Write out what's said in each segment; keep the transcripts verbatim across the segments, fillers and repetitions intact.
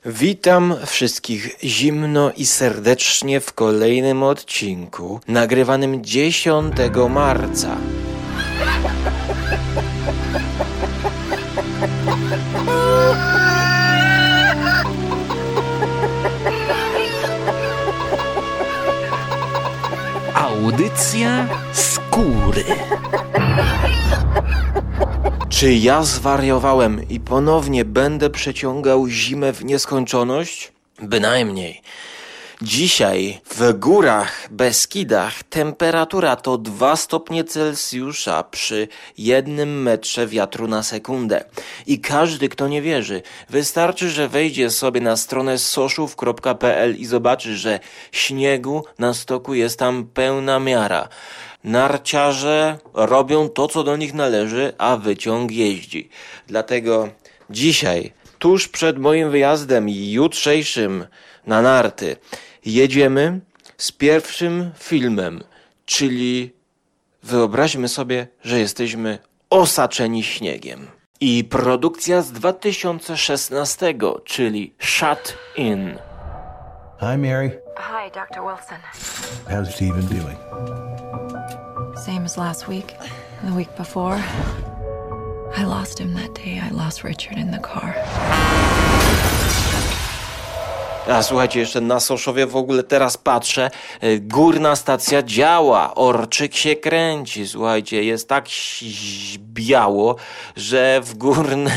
Witam wszystkich zimno i serdecznie w kolejnym odcinku, nagrywanym dziesiątego marca. Audycja skóry. Czy ja zwariowałem i ponownie będę przeciągał zimę w nieskończoność? Bynajmniej. Dzisiaj w górach, Beskidach temperatura to dwa stopnie Celsjusza przy jednym metrze wiatru na sekundę. I każdy, kto nie wierzy, wystarczy, że wejdzie sobie na stronę soszów kropka pe el i zobaczy, że śniegu na stoku jest tam pełna miara. Narciarze robią to, co do nich należy, a wyciąg jeździ. Dlatego dzisiaj, tuż przed moim wyjazdem jutrzejszym na narty, jedziemy z pierwszym filmem, czyli wyobraźmy sobie, że jesteśmy osaczeni śniegiem. I produkcja z dwa tysiące szesnastego, czyli Shut In. Hi, Mary. Hi, doktor Wilson. How's Stephen doing? Same as last week, the week before. I lost him that day. I lost Richard in the car. A słuchajcie, jeszcze na Soszowie w ogóle teraz patrzę, górna stacja działa, orczyk się kręci, słuchajcie, jest tak biało, że w górnej,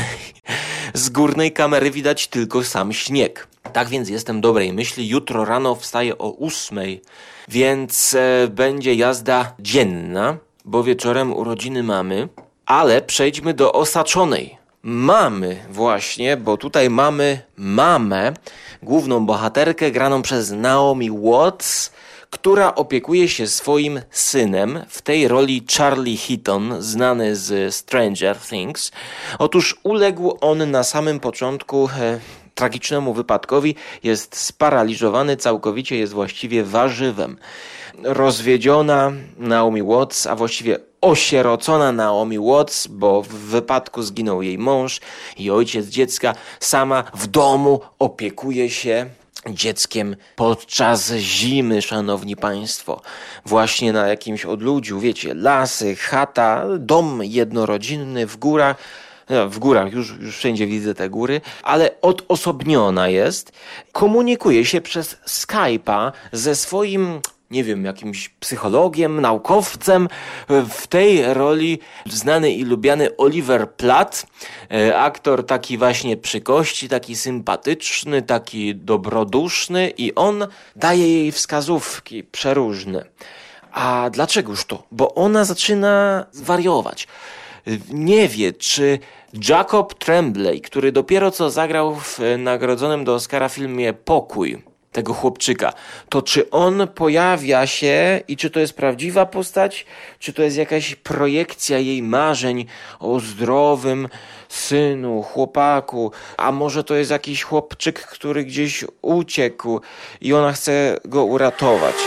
z górnej kamery widać tylko sam śnieg. Tak więc jestem dobrej myśli, jutro rano wstaję o ósmej, więc e, będzie jazda dzienna, bo wieczorem urodziny mamy, ale przejdźmy do osaczonej. Mamy właśnie, bo tutaj mamy mamę, główną bohaterkę graną przez Naomi Watts, która opiekuje się swoim synem, w tej roli Charlie Heaton, znany z Stranger Things. Otóż uległ on na samym początku e, tragicznemu wypadkowi, jest sparaliżowany całkowicie, jest właściwie warzywem. Rozwiedziona Naomi Watts, a właściwie osierocona Naomi Watts, bo w wypadku zginął jej mąż i ojciec dziecka, sama w domu opiekuje się dzieckiem podczas zimy, szanowni państwo. Właśnie na jakimś odludziu, wiecie, lasy, chata, dom jednorodzinny w górach. No, w górach, już, już wszędzie widzę te góry, ale odosobniona jest. Komunikuje się przez Skype'a ze swoim, nie wiem, jakimś psychologiem, naukowcem. W tej roli znany i lubiany Oliver Platt, aktor taki właśnie przy kości, taki sympatyczny, taki dobroduszny i on daje jej wskazówki przeróżne. A dlaczegoż to? Bo ona zaczyna wariować. Nie wie, czy Jacob Tremblay, który dopiero co zagrał w nagrodzonym do Oscara filmie Pokój, tego chłopczyka, to czy on pojawia się i czy to jest prawdziwa postać, czy to jest jakaś projekcja jej marzeń o zdrowym synu, chłopaku, a może to jest jakiś chłopczyk, który gdzieś uciekł i ona chce go uratować.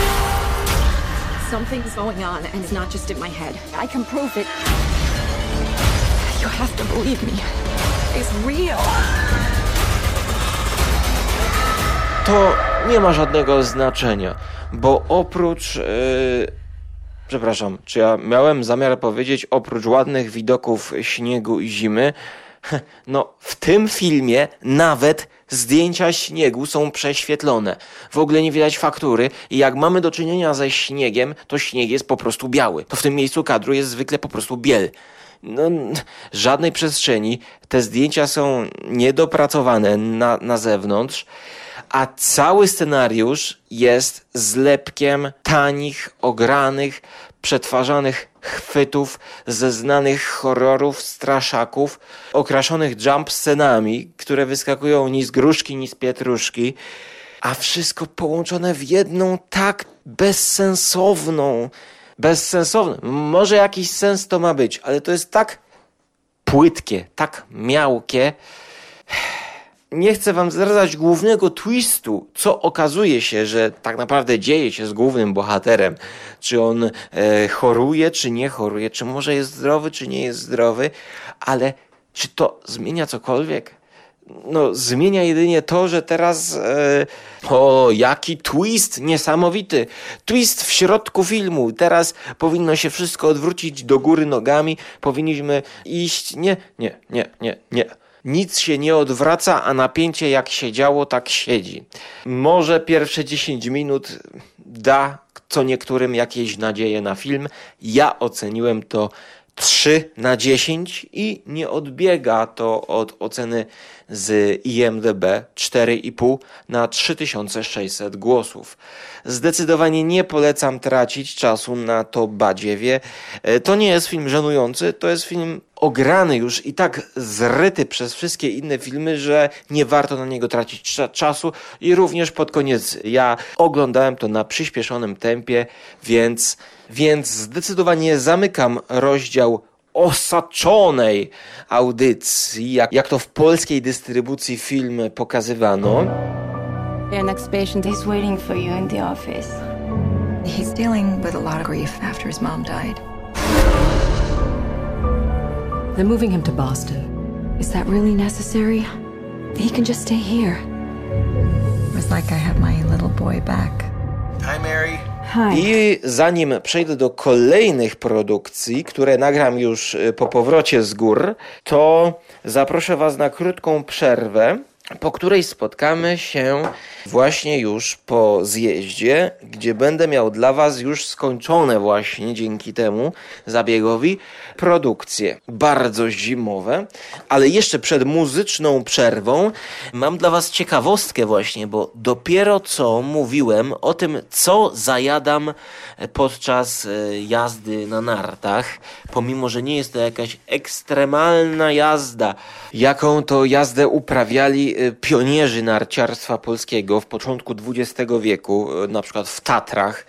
Something's going on and it's not just in my head. I can prove it. You have to believe me. It's real. To nie ma żadnego znaczenia, bo oprócz... Yy, przepraszam, czy ja miałem zamiar powiedzieć oprócz ładnych widoków śniegu i zimy? No, w tym filmie nawet zdjęcia śniegu są prześwietlone. W ogóle nie widać faktury i jak mamy do czynienia ze śniegiem, to śnieg jest po prostu biały. To w tym miejscu kadru jest zwykle po prostu biel. No, żadnej przestrzeni. Te zdjęcia są niedopracowane na, na zewnątrz, a cały scenariusz jest zlepkiem tanich, ogranych, przetwarzanych chwytów ze znanych horrorów, straszaków, okraszonych jump scenami, które wyskakują ni z gruszki, ni z pietruszki, a wszystko połączone w jedną tak bezsensowną, bezsensowną, może jakiś sens to ma być, ale to jest tak płytkie, tak miałkie. Nie chcę wam zdradzać głównego twistu, co okazuje się, że tak naprawdę dzieje się z głównym bohaterem. Czy on e, choruje, czy nie choruje, czy może jest zdrowy, czy nie jest zdrowy, ale czy to zmienia cokolwiek? no, zmienia jedynie to, że teraz e, o, jaki twist niesamowity. Twist w środku filmu. Teraz powinno się wszystko odwrócić do góry nogami. Powinniśmy iść... Nie, nie, nie, nie, nie. Nic się nie odwraca, a napięcie jak się działo, tak siedzi. Może pierwsze dziesięć minut da co niektórym jakieś nadzieje na film. Ja oceniłem to trzy na dziesięć i nie odbiega to od oceny z I M D B cztery i pół na trzy tysiące sześćset głosów. Zdecydowanie nie polecam tracić czasu na to badziewie. To nie jest film żenujący, to jest film ograny już i tak zryty przez wszystkie inne filmy, że nie warto na niego tracić czasu i również pod koniec ja oglądałem to na przyspieszonym tempie, więc, więc zdecydowanie zamykam rozdział osaczonej audycji, jak, jak to w polskiej dystrybucji film pokazywano. Your next patient is waiting for you in the office. He's dealing with a lot of grief after his mom died. They're moving him to Boston. Is that really necessary? He can just stay here. It was like I have my little boy back. Hi, Mary. Hi. I zanim przejdę do kolejnych produkcji, które nagram już po powrocie z gór, to zaproszę Was na krótką przerwę, po której spotkamy się właśnie już po zjeździe, gdzie będę miał dla Was już skończone właśnie dzięki temu zabiegowi produkcje bardzo zimowe, ale jeszcze przed muzyczną przerwą mam dla Was ciekawostkę właśnie, bo dopiero co mówiłem o tym, co zajadam podczas jazdy na nartach, pomimo że nie jest to jakaś ekstremalna jazda, jaką to jazdę uprawiali pionierzy narciarstwa polskiego w początku dwudziestego wieku, na przykład w Tatrach,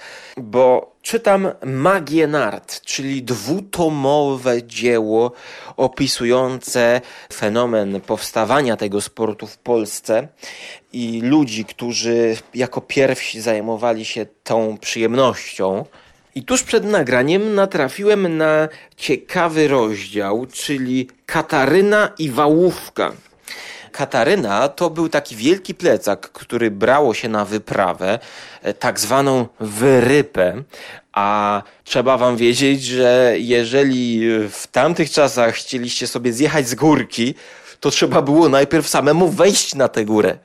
bo czytam Magię nart, czyli dwutomowe dzieło opisujące fenomen powstawania tego sportu w Polsce i ludzi, którzy jako pierwsi zajmowali się tą przyjemnością. I tuż przed nagraniem natrafiłem na ciekawy rozdział, czyli Kataryna i Wałówka. Kataryna to był taki wielki plecak, który brało się na wyprawę, tak zwaną wyrypę, a trzeba wam wiedzieć, że jeżeli w tamtych czasach chcieliście sobie zjechać z górki, to trzeba było najpierw samemu wejść na tę górę.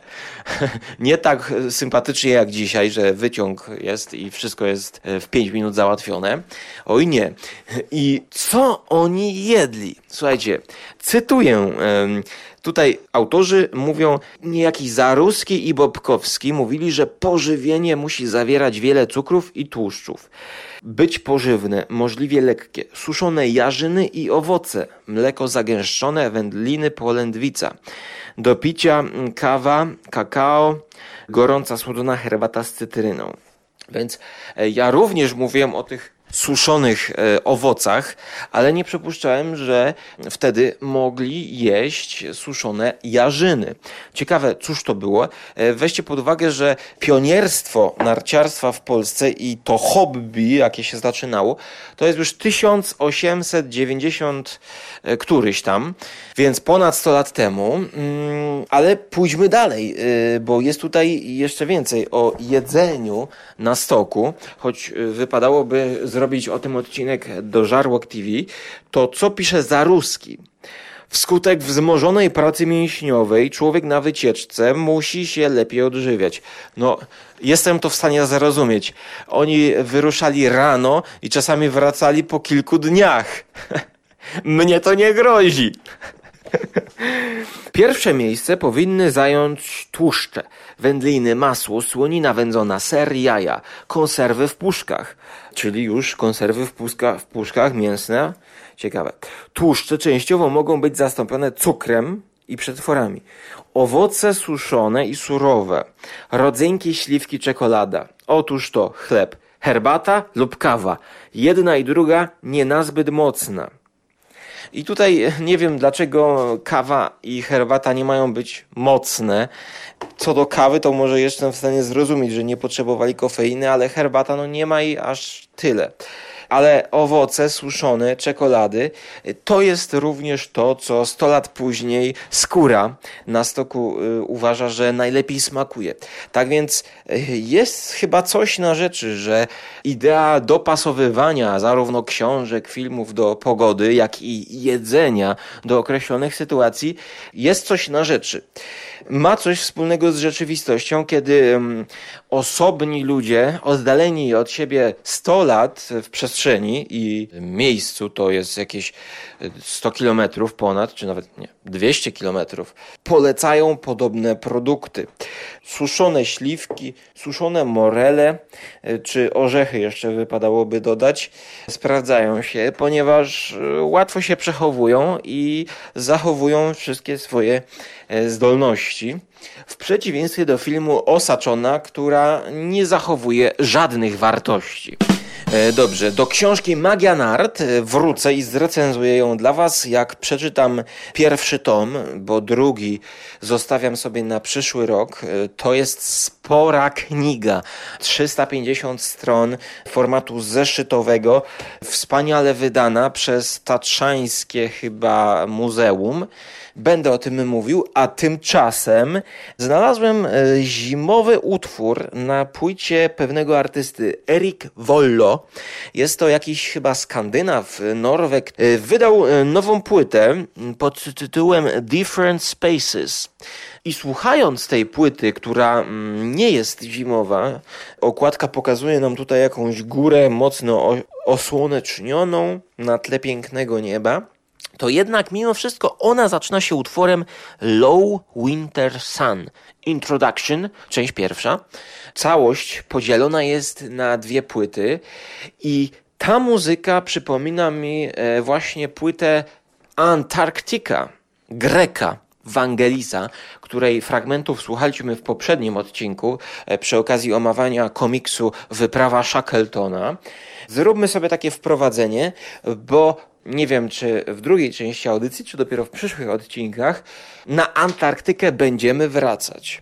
Nie tak sympatycznie jak dzisiaj, że wyciąg jest i wszystko jest w pięć minut załatwione. Oj nie. I co oni jedli? Słuchajcie, cytuję. Tutaj autorzy mówią, niejaki Zaruski i Bobkowski mówili, że pożywienie musi zawierać wiele cukrów i tłuszczów. Być pożywne, możliwie lekkie, suszone jarzyny i owoce, mleko zagęszczone, wędliny, polędwica. Do picia kawa, kakao, gorąca słodzona herbata z cytryną. Więc ja również mówiłem o tych suszonych e, owocach, ale nie przypuszczałem, że wtedy mogli jeść suszone jarzyny. Ciekawe, cóż to było? E, weźcie pod uwagę, że pionierstwo narciarstwa w Polsce i to hobby, jakie się zaczynało, to jest już tysiąc osiemset dziewięćdziesiąt e, któryś tam, więc ponad sto lat temu, mm, ale pójdźmy dalej, e, bo jest tutaj jeszcze więcej o jedzeniu na stoku, choć wypadałoby zrobić zrobić o tym odcinek do Żarłok T V, to co pisze Zaruski? Wskutek wzmożonej pracy mięśniowej człowiek na wycieczce musi się lepiej odżywiać. No, jestem to w stanie zrozumieć. Oni wyruszali rano i czasami wracali po kilku dniach. Mnie to nie grozi. Pierwsze miejsce powinny zająć tłuszcze, wędliny, masło, słonina wędzona, ser, jaja, konserwy w puszkach, czyli już konserwy w, puszka, w puszkach mięsne. Ciekawe. Tłuszcze częściowo mogą być zastąpione cukrem i przetworami. Owoce suszone i surowe, rodzynki, śliwki, czekolada. Otóż to chleb, herbata lub kawa. Jedna i druga nie nazbyt mocna. I tutaj nie wiem, dlaczego kawa i herbata nie mają być mocne. Co do kawy, to może jestem w stanie zrozumieć, że nie potrzebowali kofeiny, ale herbata no nie ma jej aż tyle. ale owoce suszone, czekolady, to jest również to, co sto lat później skóra na stoku uważa, że najlepiej smakuje. Tak więc jest chyba coś na rzeczy, że idea dopasowywania zarówno książek, filmów do pogody, jak i jedzenia do określonych sytuacji jest coś na rzeczy. Ma coś wspólnego z rzeczywistością, kiedy um, osobni ludzie, oddaleni od siebie sto lat w przestrzeni i miejscu, to jest jakieś sto kilometrów ponad, czy nawet nie, dwieście kilometrów, polecają podobne produkty. Suszone śliwki, suszone morele, czy orzechy jeszcze wypadałoby dodać, sprawdzają się, ponieważ łatwo się przechowują i zachowują wszystkie swoje zdolności. W przeciwieństwie do filmu Osaczona, która nie zachowuje żadnych wartości. Dobrze, do książki Magia Nart wrócę i zrecenzuję ją dla was, jak przeczytam pierwszy tom, bo drugi zostawiam sobie na przyszły rok. To jest spora kniga, trzysta pięćdziesiąt stron formatu zeszytowego, wspaniale wydana przez Tatrzańskie chyba muzeum. Będę o tym mówił, a tymczasem znalazłem zimowy utwór na płycie pewnego artysty, Erik Vollo. Jest to jakiś chyba Skandynaw, Norweg. Wydał nową płytę pod tytułem Different Spaces. I słuchając tej płyty, która nie jest zimowa, okładka pokazuje nam tutaj jakąś górę mocno osłonecznioną na tle pięknego nieba, to jednak mimo wszystko ona zaczyna się utworem Low Winter Sun. Introduction, część pierwsza. Całość podzielona jest na dwie płyty i ta muzyka przypomina mi właśnie płytę Antarctica Greka Vangelisa, której fragmentów słuchaliśmy w poprzednim odcinku przy okazji omawiania komiksu Wyprawa Shackletona. Zróbmy sobie takie wprowadzenie, bo nie wiem, czy w drugiej części audycji, czy dopiero w przyszłych odcinkach na Antarktykę będziemy wracać.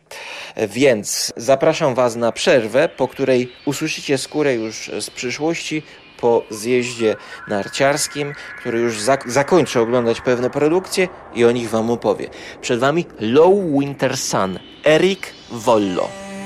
Więc zapraszam was na przerwę, po której usłyszycie skórę już z przyszłości po zjeździe narciarskim, który już zak- zakończy oglądać pewne produkcje i o nich wam opowie. Przed wami Low Winter Sun, Erik Vollo.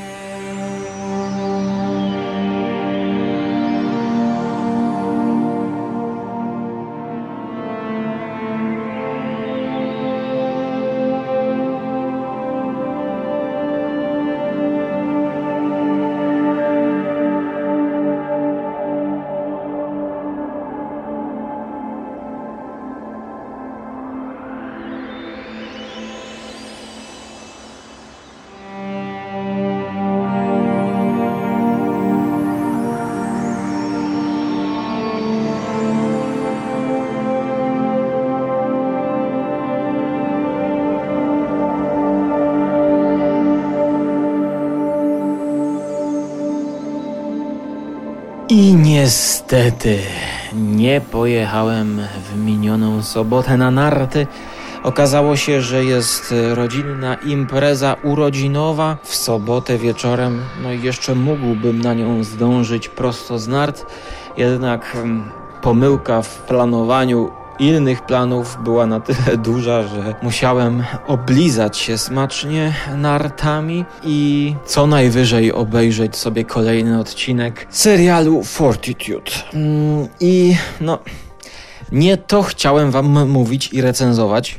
I niestety nie pojechałem w minioną sobotę na narty. Okazało się, że jest rodzinna impreza urodzinowa w sobotę wieczorem. No i jeszcze mógłbym na nią zdążyć prosto z nart. Jednak hmm, pomyłka w planowaniu innych planów była na tyle duża, że musiałem oblizać się smacznie nartami i co najwyżej obejrzeć sobie kolejny odcinek serialu Fortitude. I no, nie to chciałem wam mówić i recenzować,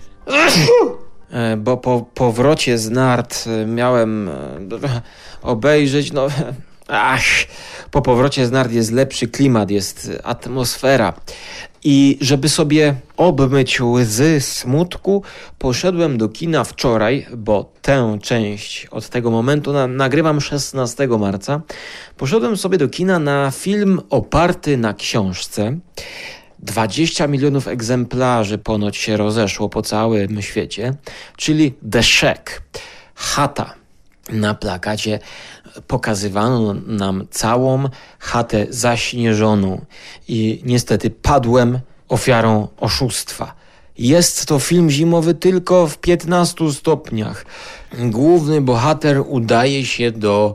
bo po powrocie z nart miałem obejrzeć, no ach, po powrocie z nart jest lepszy klimat, jest atmosfera. I żeby sobie obmyć łzy smutku, poszedłem do kina wczoraj, bo tę część od tego momentu na, nagrywam szesnastego marca. Poszedłem sobie do kina na film oparty na książce. dwadzieścia milionów egzemplarzy ponoć się rozeszło po całym świecie, czyli The Shack, chata. Na plakacie pokazywano nam całą chatę zaśnieżoną i niestety padłem ofiarą oszustwa. Jest to film zimowy tylko w piętnastu stopniach. Główny bohater udaje się do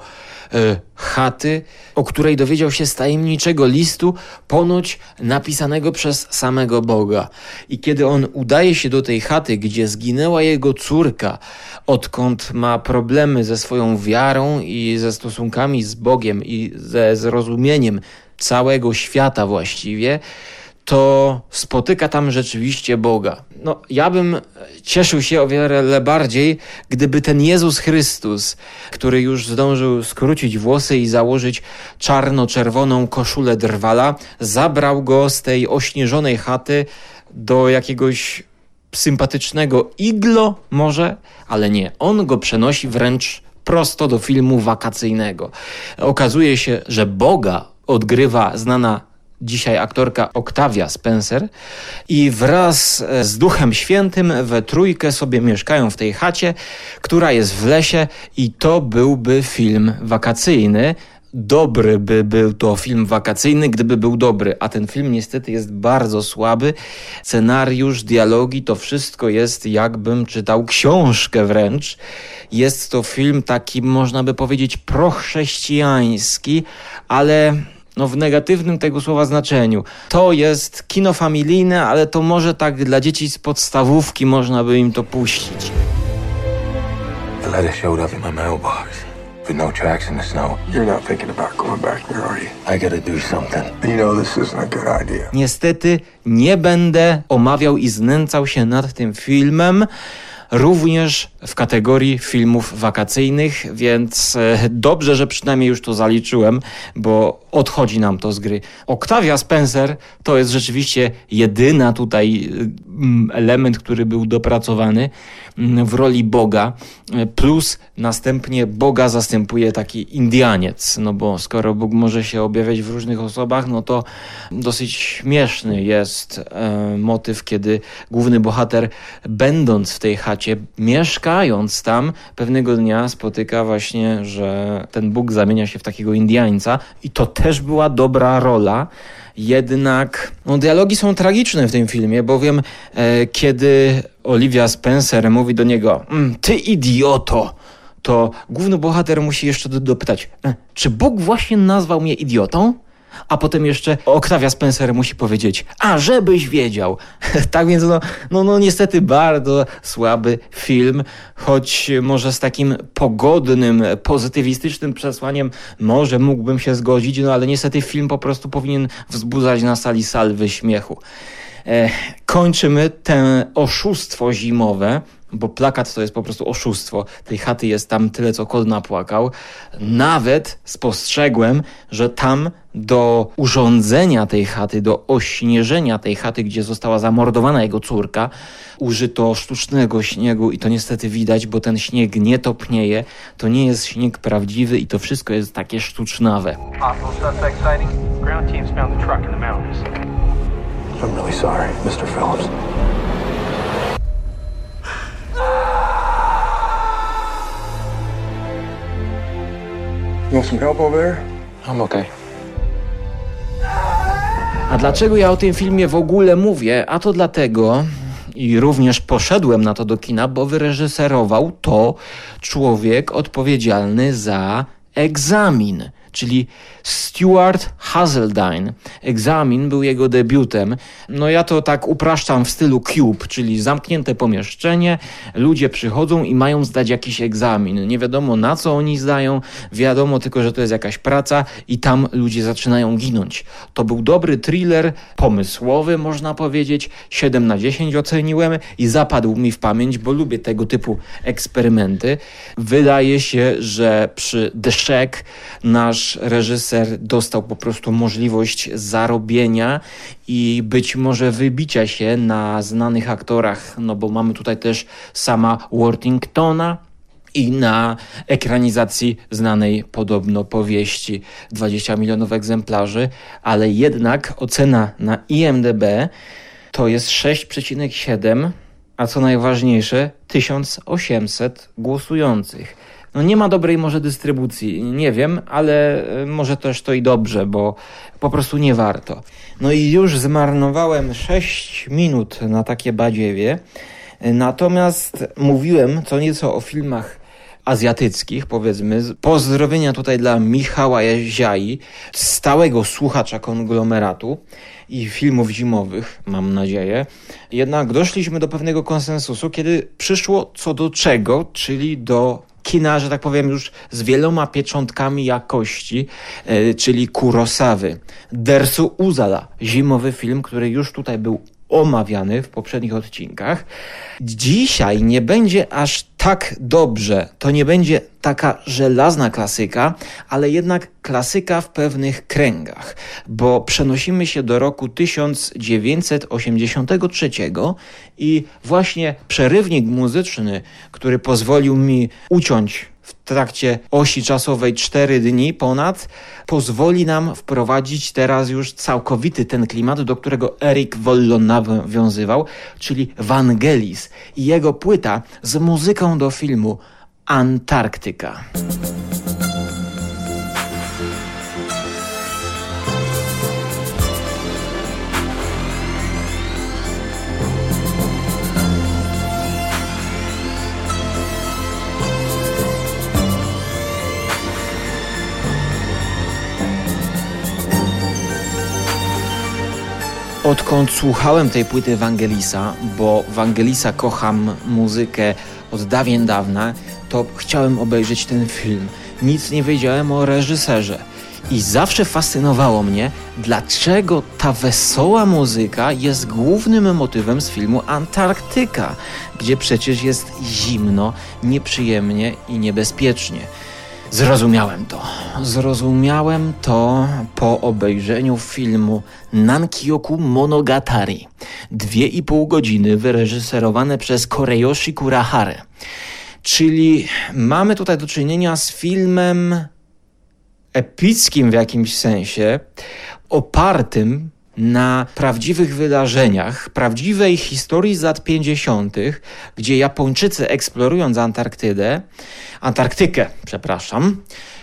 y, chaty, o której dowiedział się z tajemniczego listu, ponoć napisanego przez samego Boga. I kiedy on udaje się do tej chaty, gdzie zginęła jego córka, odkąd ma problemy ze swoją wiarą i ze stosunkami z Bogiem i ze zrozumieniem całego świata właściwie, to spotyka tam rzeczywiście Boga. No, ja bym cieszył się o wiele bardziej, gdyby ten Jezus Chrystus, który już zdążył skrócić włosy i założyć czarno-czerwoną koszulę drwala, zabrał go z tej ośnieżonej chaty do jakiegoś sympatycznego iglo może, ale nie. On go przenosi wręcz prosto do filmu wakacyjnego. Okazuje się, że Boga odgrywa znana dzisiaj aktorka Octavia Spencer i wraz z Duchem Świętym we trójkę sobie mieszkają w tej chacie, która jest w lesie i to byłby film wakacyjny. Dobry by był to film wakacyjny, gdyby był dobry, a ten film niestety jest bardzo słaby. Scenariusz, dialogi, to wszystko jest, jakbym czytał książkę wręcz. Jest to film taki, można by powiedzieć, prochrześcijański, ale no w negatywnym tego słowa znaczeniu. To jest kino familijne, ale to może tak dla dzieci z podstawówki można by im to puścić. The letter showed up in my mailbox. With no tracks in the snow. You're not thinking about going back there, are you? I gotta do something. You know this isn't a good idea. Niestety nie będę omawiał i znęcał się nad tym filmem, również w kategorii filmów wakacyjnych, więc dobrze, że przynajmniej już to zaliczyłem, bo odchodzi nam to z gry. Octavia Spencer to jest rzeczywiście jedyna tutaj element, który był dopracowany w roli Boga, plus następnie Boga zastępuje taki Indianiec, no bo skoro Bóg może się objawiać w różnych osobach, no to dosyć śmieszny jest e, motyw, kiedy główny bohater, będąc w tej chacie, mieszkając tam, pewnego dnia spotyka właśnie, że ten Bóg zamienia się w takiego Indiańca i to też była dobra rola. Jednak no, dialogi są tragiczne w tym filmie, bowiem e, kiedy Olivia Spencer mówi do niego: mm, ty idioto, to główny bohater musi jeszcze do, dopytać, e, czy Bóg właśnie nazwał mnie idiotą? A potem jeszcze Octavia Spencer musi powiedzieć: a żebyś wiedział. Tak więc no, no, no niestety bardzo słaby film, choć może z takim pogodnym, pozytywistycznym przesłaniem może mógłbym się zgodzić, no ale niestety film po prostu powinien wzbudzać na sali salwy śmiechu. E, kończymy te oszustwo zimowe, bo plakat to jest po prostu oszustwo. Tej chaty jest tam tyle, co kot napłakał. Nawet spostrzegłem, że tam do urządzenia tej chaty, do ośnieżenia tej chaty, gdzie została zamordowana jego córka, użyto sztucznego śniegu i to niestety widać, bo ten śnieg nie topnieje. To nie jest śnieg prawdziwy i to wszystko jest takie sztucznawe. I'm really sorry, mister Phillips. You want some help over there? I'm okay. A dlaczego ja o tym filmie w ogóle mówię? A to dlatego, i również poszedłem na to do kina, bo wyreżyserował to człowiek odpowiedzialny za Egzamin, czyli Stuart Haseltine. Egzamin był jego debiutem. No ja to tak upraszczam w stylu Cube, czyli zamknięte pomieszczenie, ludzie przychodzą i mają zdać jakiś egzamin. Nie wiadomo, na co oni zdają, wiadomo tylko, że to jest jakaś praca i tam ludzie zaczynają ginąć. To był dobry thriller, pomysłowy można powiedzieć, siedem na dziesięć oceniłem i zapadł mi w pamięć, bo lubię tego typu eksperymenty. Wydaje się, że przy The Shack nasz reżyser dostał po prostu możliwość zarobienia i być może wybicia się na znanych aktorach, no bo mamy tutaj też Sama Worthingtona i na ekranizacji znanej podobno powieści dwadzieścia milionów egzemplarzy, ale jednak ocena na I M D B to jest sześć przecinek siedem, a co najważniejsze tysiąc osiemset głosujących. No nie ma dobrej może dystrybucji, nie wiem, ale może też to i dobrze, bo po prostu nie warto. No i już zmarnowałem sześć minut na takie badziewie, natomiast mówiłem co nieco o filmach azjatyckich, powiedzmy. Pozdrowienia tutaj dla Michała Jaziai, stałego słuchacza konglomeratu i filmów zimowych, mam nadzieję. Jednak doszliśmy do pewnego konsensusu, kiedy przyszło co do czego, czyli do kina, że tak powiem, już z wieloma pieczątkami jakości, yy, czyli Kurosawy. Dersu Uzala, zimowy film, który już tutaj był omawiany w poprzednich odcinkach. Dzisiaj nie będzie aż tak dobrze. To nie będzie taka żelazna klasyka, ale jednak klasyka w pewnych kręgach, bo przenosimy się do roku tysiąc dziewięćset osiemdziesiątego trzeciego i właśnie przerywnik muzyczny, który pozwolił mi uciąć w trakcie osi czasowej cztery dni ponad, pozwoli nam wprowadzić teraz już całkowity ten klimat, do którego Eric Wollon nawiązywał, czyli Vangelis i jego płyta z muzyką do filmu Antarktyka. Odkąd słuchałem tej płyty Vangelisa, bo Vangelisa kocham muzykę od dawien dawna, to chciałem obejrzeć ten film. Nic nie wiedziałem o reżyserze. I zawsze fascynowało mnie, dlaczego ta wesoła muzyka jest głównym motywem z filmu Antarktyka, gdzie przecież jest zimno, nieprzyjemnie i niebezpiecznie. Zrozumiałem to. Zrozumiałem to po obejrzeniu filmu Nankyoku Monogatari. Dwie i pół godziny wyreżyserowane przez Koreyoshi Kurahare. Czyli mamy tutaj do czynienia z filmem epickim w jakimś sensie, opartym na prawdziwych wydarzeniach, prawdziwej historii z lat pięćdziesiątych, gdzie Japończycy, eksplorując Antarktydę, Antarktykę, przepraszam,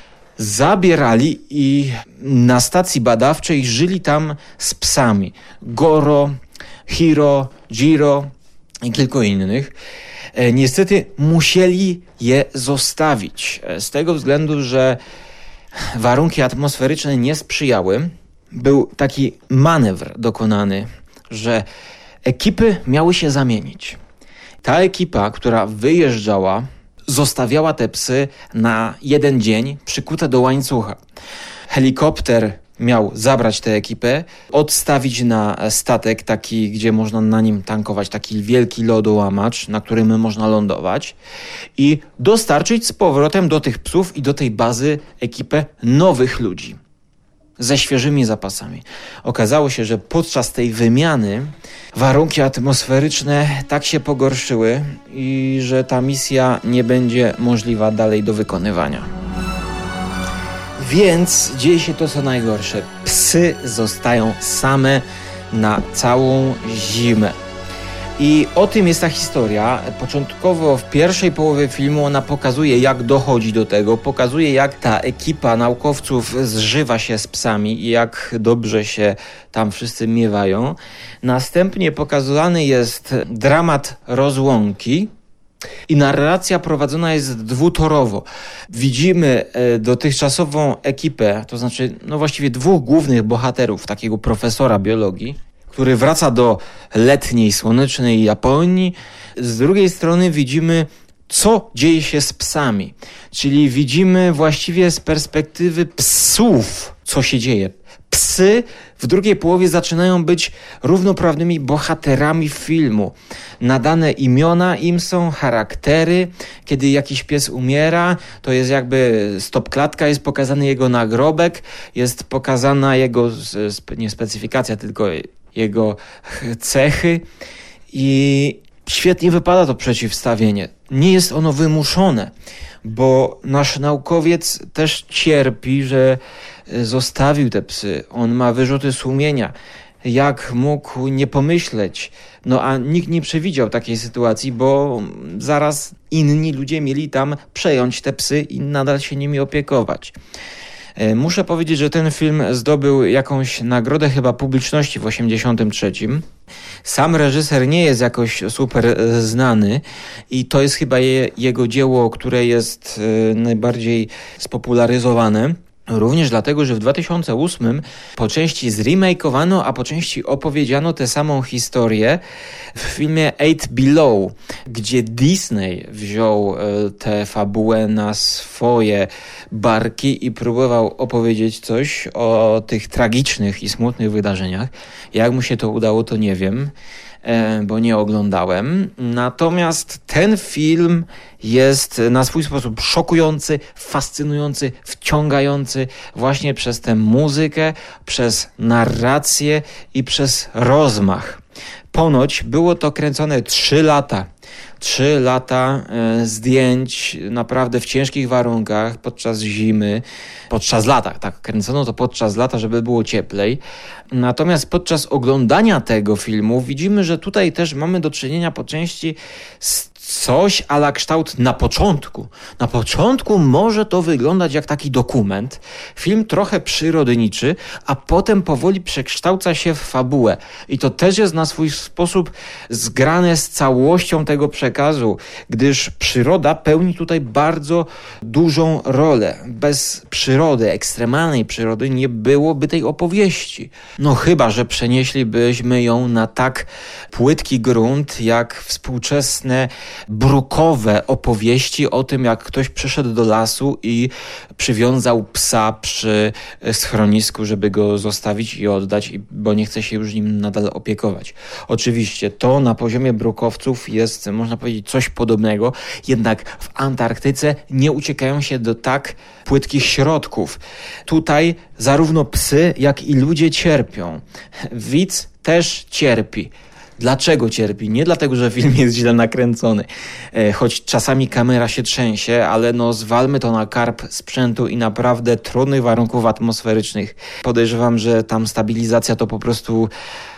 zabierali i na stacji badawczej żyli tam z psami. Goro, Hiro, Jiro i kilku innych. Niestety musieli je zostawić z tego względu, że warunki atmosferyczne nie sprzyjały. Był taki manewr dokonany, że ekipy miały się zamienić. Ta ekipa, która wyjeżdżała, zostawiała te psy na jeden dzień przykute do łańcucha. Helikopter miał zabrać tę ekipę, odstawić na statek taki, gdzie można na nim tankować, taki wielki lodołamacz, na którym można lądować i dostarczyć z powrotem do tych psów i do tej bazy ekipę nowych ludzi ze świeżymi zapasami. Okazało się, że podczas tej wymiany warunki atmosferyczne tak się pogorszyły i że ta misja nie będzie możliwa dalej do wykonywania. Więc dzieje się to, co najgorsze. Psy zostają same na całą zimę. I o tym jest ta historia. Początkowo w pierwszej połowie filmu ona pokazuje, jak dochodzi do tego, pokazuje, jak ta ekipa naukowców zżywa się z psami i jak dobrze się tam wszyscy miewają. Następnie pokazany jest dramat rozłąki i narracja prowadzona jest dwutorowo. Widzimy dotychczasową ekipę, to znaczy no właściwie dwóch głównych bohaterów, takiego profesora biologii, który wraca do letniej, słonecznej Japonii. Z drugiej strony widzimy, co dzieje się z psami. Czyli widzimy właściwie z perspektywy psów, co się dzieje. Psy w drugiej połowie zaczynają być równoprawnymi bohaterami filmu. Nadane imiona im są, charaktery. Kiedy jakiś pies umiera, to jest jakby stopklatka, jest pokazany jego nagrobek, jest pokazana jego, nie specyfikacja, tylko jego cechy i świetnie wypada to przeciwstawienie. Nie jest ono wymuszone, bo nasz naukowiec też cierpi, że zostawił te psy. On ma wyrzuty sumienia. Jak mógł nie pomyśleć? No a nikt nie przewidział takiej sytuacji, bo zaraz inni ludzie mieli tam przejąć te psy i nadal się nimi opiekować. Muszę powiedzieć, że ten film zdobył jakąś nagrodę chyba publiczności w osiemdziesiątym trzecim. Sam reżyser nie jest jakoś super znany i to jest chyba je, jego dzieło, które jest najbardziej spopularyzowane. Również dlatego, że w dwa tysiące ósmym po części zremakeowano, a po części opowiedziano tę samą historię w filmie Eight Below, gdzie Disney wziął tę fabułę na swoje barki i próbował opowiedzieć coś o tych tragicznych i smutnych wydarzeniach. Jak mu się to udało, to nie wiem, bo nie oglądałem. Natomiast ten film jest na swój sposób szokujący, fascynujący, wciągający właśnie przez tę muzykę, przez narrację i przez rozmach. Ponoć było to kręcone trzy lata. Trzy lata e, zdjęć naprawdę w ciężkich warunkach, podczas zimy, podczas lata, tak, kręcono to podczas lata, żeby było cieplej. Natomiast podczas oglądania tego filmu widzimy, że tutaj też mamy do czynienia po części z coś a la kształt na początku. Na początku może to wyglądać jak taki dokument, film trochę przyrodniczy, a potem powoli przekształca się w fabułę. I to też jest na swój sposób zgrane z całością tego przekazu, gdyż przyroda pełni tutaj bardzo dużą rolę. Bez przyrody, ekstremalnej przyrody nie byłoby tej opowieści. No chyba, że przenieślibyśmy ją na tak płytki grunt, jak współczesne brukowe opowieści o tym, jak ktoś przyszedł do lasu i przywiązał psa przy schronisku, żeby go zostawić i oddać, bo nie chce się już nim nadal opiekować. Oczywiście to na poziomie brukowców jest, można powiedzieć, coś podobnego, jednak w Antarktyce nie uciekają się do tak płytkich środków. Tutaj zarówno psy, jak i ludzie cierpią. Widz też cierpi. Dlaczego cierpi? Nie dlatego, że film jest źle nakręcony, choć czasami kamera się trzęsie, ale no zwalmy to na karb sprzętu i naprawdę trudnych warunków atmosferycznych. Podejrzewam, że tam stabilizacja to po prostu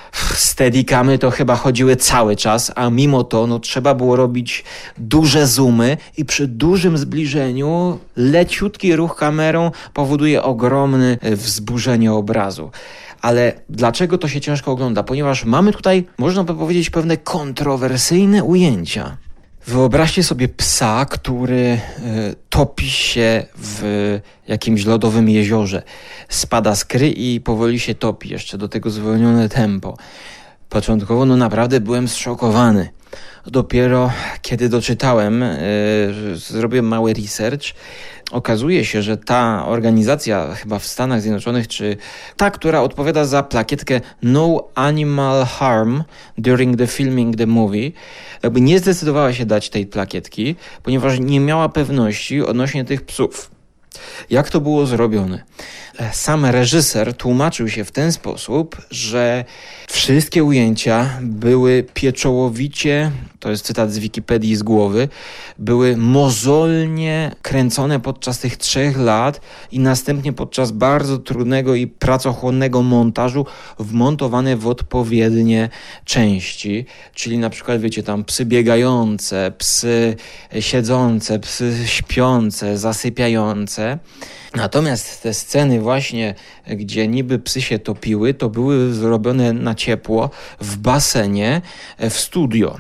steadicamy to chyba chodziły cały czas, a mimo to no, trzeba było robić duże zoomy i przy dużym zbliżeniu leciutki ruch kamerą powoduje ogromne wzburzenie obrazu. Ale dlaczego to się ciężko ogląda? Ponieważ mamy tutaj, można by powiedzieć, pewne kontrowersyjne ujęcia. Wyobraźcie sobie psa, który y, topi się w jakimś lodowym jeziorze. Spada z kry i powoli się topi. Jeszcze do tego zwolnione tempo. Początkowo no naprawdę byłem zszokowany. Dopiero kiedy doczytałem, yy, zrobiłem mały research, okazuje się, że ta organizacja chyba w Stanach Zjednoczonych, czy ta, która odpowiada za plakietkę No Animal Harm during the filming the movie, jakby nie zdecydowała się dać tej plakietki, ponieważ nie miała pewności odnośnie tych psów. Jak to było zrobione? Sam reżyser tłumaczył się w ten sposób, że wszystkie ujęcia były pieczołowicie, to jest cytat z Wikipedii z głowy, były mozolnie kręcone podczas tych trzech lat i następnie podczas bardzo trudnego i pracochłonnego montażu wmontowane w odpowiednie części. Czyli na przykład, wiecie, tam psy biegające, psy siedzące, psy śpiące, zasypiające. Natomiast te sceny właśnie, gdzie niby psy się topiły, to były zrobione na ciepło w basenie w studio.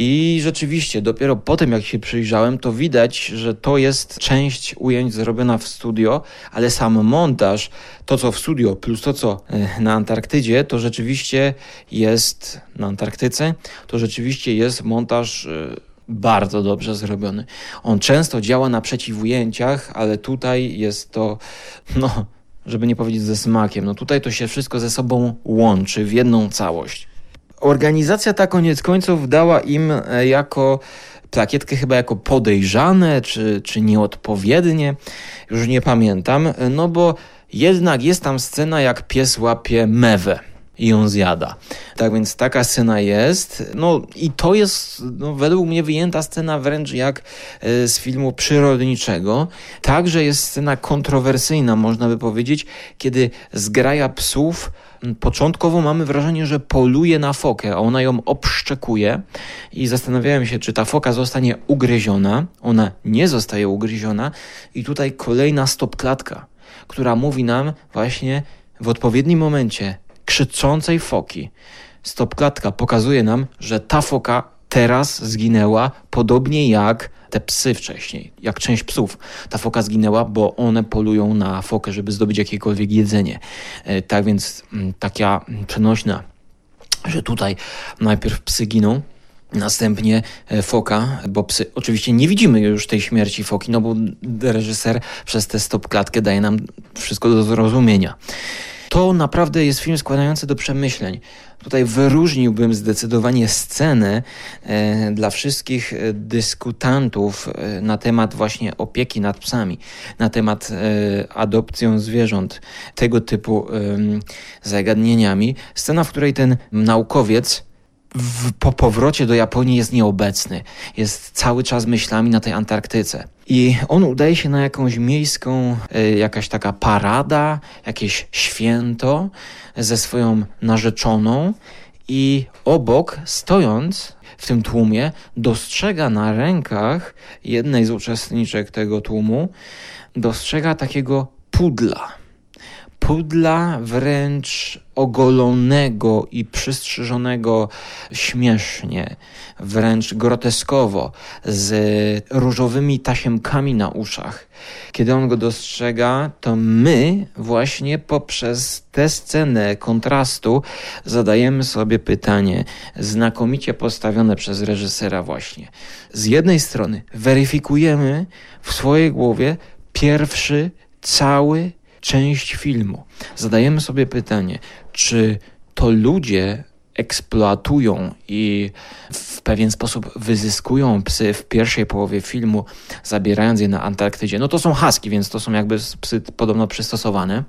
I rzeczywiście dopiero potem, jak się przyjrzałem, to widać, że to jest część ujęć zrobiona w studio, ale sam montaż, to co w studio plus to co na Antarktydzie, to rzeczywiście jest na Antarktyce, to rzeczywiście jest montaż bardzo dobrze zrobiony. On często działa na przeciwujęciach, ale tutaj jest to, no, żeby nie powiedzieć ze smakiem, no tutaj to się wszystko ze sobą łączy w jedną całość. Organizacja ta koniec końców dała im jako plakietkę chyba jako podejrzane, czy, czy nieodpowiednie, już nie pamiętam, no bo jednak jest tam scena, jak pies łapie mewę i ją zjada. Tak więc taka scena jest. No i to jest no, według mnie wyjęta scena wręcz jak y, z filmu przyrodniczego. Także jest scena kontrowersyjna, można by powiedzieć, kiedy zgraja psów początkowo mamy wrażenie, że poluje na fokę, a ona ją obszczekuje i zastanawiałem się, czy ta foka zostanie ugryziona. Ona nie zostaje ugryziona i tutaj kolejna stopklatka. która mówi nam właśnie w odpowiednim momencie krzyczącej foki. Stopklatka pokazuje nam, że ta foka teraz zginęła, podobnie jak te psy wcześniej, jak część psów. Ta foka zginęła, bo one polują na fokę, żeby zdobyć jakiekolwiek jedzenie. Tak więc taka przenośna, że tutaj najpierw psy giną, następnie foka, bo psy, oczywiście nie widzimy już tej śmierci foki, no bo reżyser przez tę stopklatkę daje nam wszystko do zrozumienia. To naprawdę jest film składający do przemyśleń. Tutaj wyróżniłbym zdecydowanie scenę e, dla wszystkich dyskutantów e, na temat właśnie opieki nad psami, na temat e, adopcją zwierząt, tego typu e, zagadnieniami. Scena, w której ten naukowiec w, po powrocie do Japonii jest nieobecny. Jest cały czas myślami na tej Antarktyce. I on udaje się na jakąś miejską, y, jakaś taka parada, jakieś święto ze swoją narzeczoną i obok, stojąc w tym tłumie, dostrzega na rękach jednej z uczestniczek tego tłumu, dostrzega takiego pudla. Pudla wręcz ogolonego i przystrzyżonego śmiesznie, wręcz groteskowo, z różowymi tasiemkami na uszach. Kiedy on go dostrzega, to my właśnie poprzez tę scenę kontrastu zadajemy sobie pytanie, znakomicie postawione przez reżysera właśnie. Z jednej strony weryfikujemy w swojej głowie pierwszy, cały część filmu. Zadajemy sobie pytanie, czy to ludzie eksploatują i w pewien sposób wyzyskują psy w pierwszej połowie filmu, zabierając je na Antarktydzie. No to są husky, więc to są jakby psy podobno przystosowane.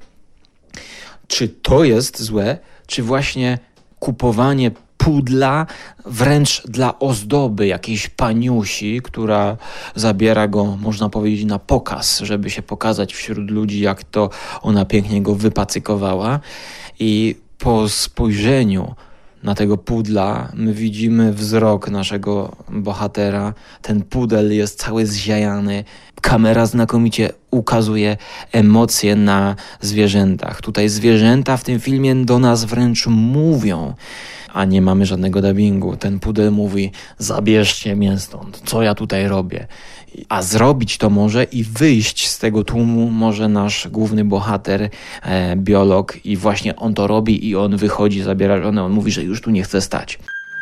Czy to jest złe, czy właśnie kupowanie pudla wręcz dla ozdoby jakiejś paniusi, która zabiera go, można powiedzieć, na pokaz, żeby się pokazać wśród ludzi, jak to ona pięknie go wypacykowała. I po spojrzeniu na tego pudla my widzimy wzrok naszego bohatera. Ten pudel jest cały zziajany. Kamera znakomicie ukazuje emocje na zwierzętach. Tutaj zwierzęta w tym filmie do nas wręcz mówią, a nie mamy żadnego dubbingu. Ten pudel mówi: zabierzcie mnie stąd, co ja tutaj robię? A zrobić to może i wyjść z tego tłumu może nasz główny bohater, e, biolog, i właśnie on to robi i on wychodzi, zabiera żonę, on mówi, że już tu nie chce stać.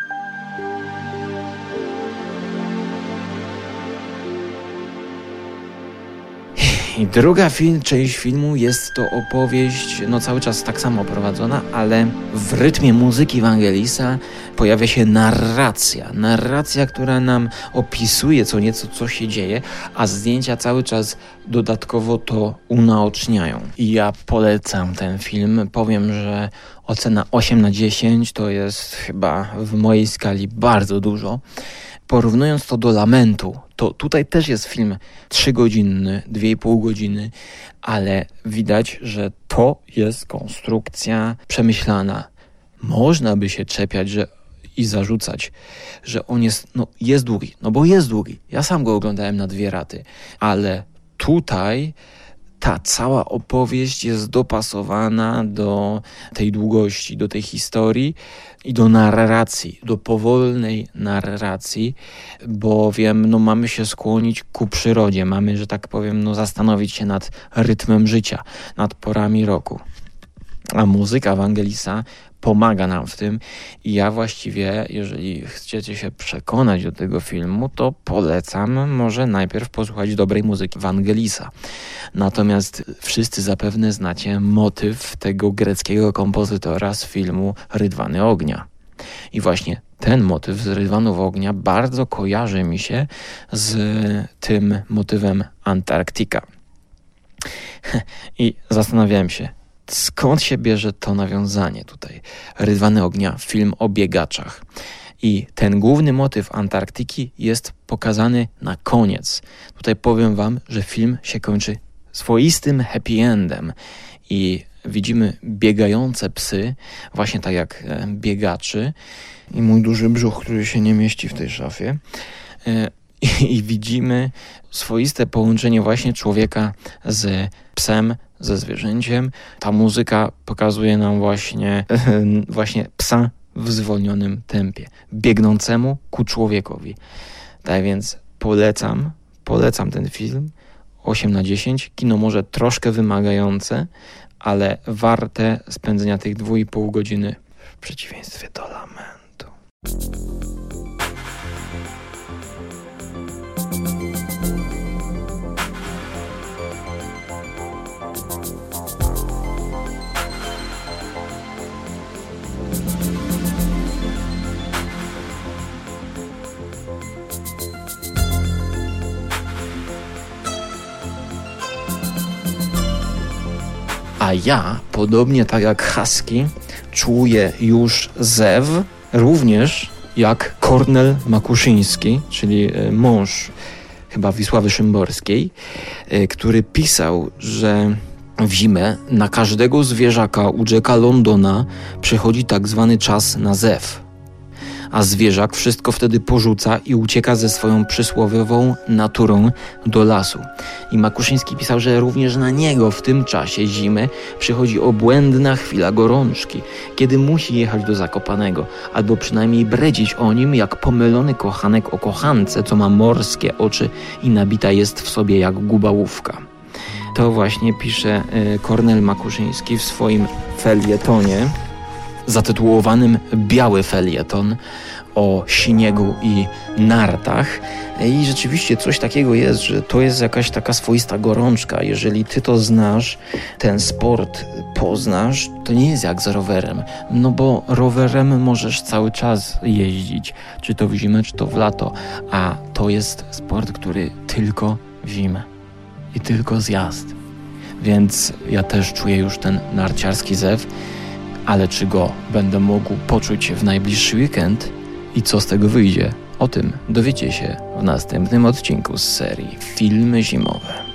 I druga film, część filmu jest to opowieść, no cały czas tak samo prowadzona, ale w rytmie muzyki Vangelisa pojawia się narracja. Narracja, która nam opisuje co nieco, co się dzieje, a zdjęcia cały czas dodatkowo to unaoczniają. I ja polecam ten film. Powiem, że ocena osiem na dziesięć to jest chyba w mojej skali bardzo dużo. Porównując to do Lamentu, to tutaj też jest film trzygodzinny, dwie i pół godziny, ale widać, że to jest konstrukcja przemyślana. Można by się czepiać że i zarzucać, że on jest, no jest długi, no bo jest długi. Ja sam go oglądałem na dwie raty, ale tutaj ta cała opowieść jest dopasowana do tej długości, do tej historii i do narracji, do powolnej narracji, bowiem no, mamy się skłonić ku przyrodzie, mamy, że tak powiem, no, zastanowić się nad rytmem życia, nad porami roku. A muzyka Vangelisa pomaga nam w tym i ja właściwie, jeżeli chcecie się przekonać do tego filmu, to polecam może najpierw posłuchać dobrej muzyki Vangelisa. Natomiast wszyscy zapewne znacie motyw tego greckiego kompozytora z filmu Rydwany ognia. I właśnie ten motyw z Rydwanów ognia bardzo kojarzy mi się z tym motywem Antarktika. I zastanawiałem się, skąd się bierze to nawiązanie tutaj? Rydwany ognia, film o biegaczach. I ten główny motyw Antarktyki jest pokazany na koniec. Tutaj powiem wam, że film się kończy swoistym happy endem. I widzimy biegające psy, właśnie tak jak biegaczy. I mój duży brzuch, który się nie mieści w tej szafie. I, i widzimy swoiste połączenie właśnie człowieka z psem, ze zwierzęciem. Ta muzyka pokazuje nam właśnie, właśnie psa w zwolnionym tempie, biegnącemu ku człowiekowi. Tak więc polecam, polecam ten film. osiem na dziesięć. Kino może troszkę wymagające, ale warte spędzenia tych dwu i pół godziny w przeciwieństwie do Lamentu. A ja, podobnie tak jak Husky, czuję już zew, również jak Kornel Makuszyński, czyli mąż chyba Wisławy Szymborskiej, który pisał, że w zimę na każdego zwierzaka u Jacka Londona przychodzi tak zwany czas na zew. A zwierzak wszystko wtedy porzuca i ucieka ze swoją przysłowiową naturą do lasu. I Makuszyński pisał, że również na niego w tym czasie zimy przychodzi obłędna chwila gorączki, kiedy musi jechać do Zakopanego, albo przynajmniej bredzić o nim jak pomylony kochanek o kochance, co ma morskie oczy i nabita jest w sobie jak gubałówka. To właśnie pisze Kornel Makuszyński w swoim felietonie zatytułowanym Biały felieton o śniegu i nartach. I rzeczywiście coś takiego jest, że to jest jakaś taka swoista gorączka. Jeżeli ty to znasz, ten sport poznasz, to nie jest jak z rowerem. No bo rowerem możesz cały czas jeździć, czy to w zimę, czy to w lato. A to jest sport, który tylko w zimę i tylko zjazd. Więc ja też czuję już ten narciarski zew. Ale czy go będę mógł poczuć w najbliższy weekend i co z tego wyjdzie? O tym dowiecie się w następnym odcinku z serii Filmy Zimowe.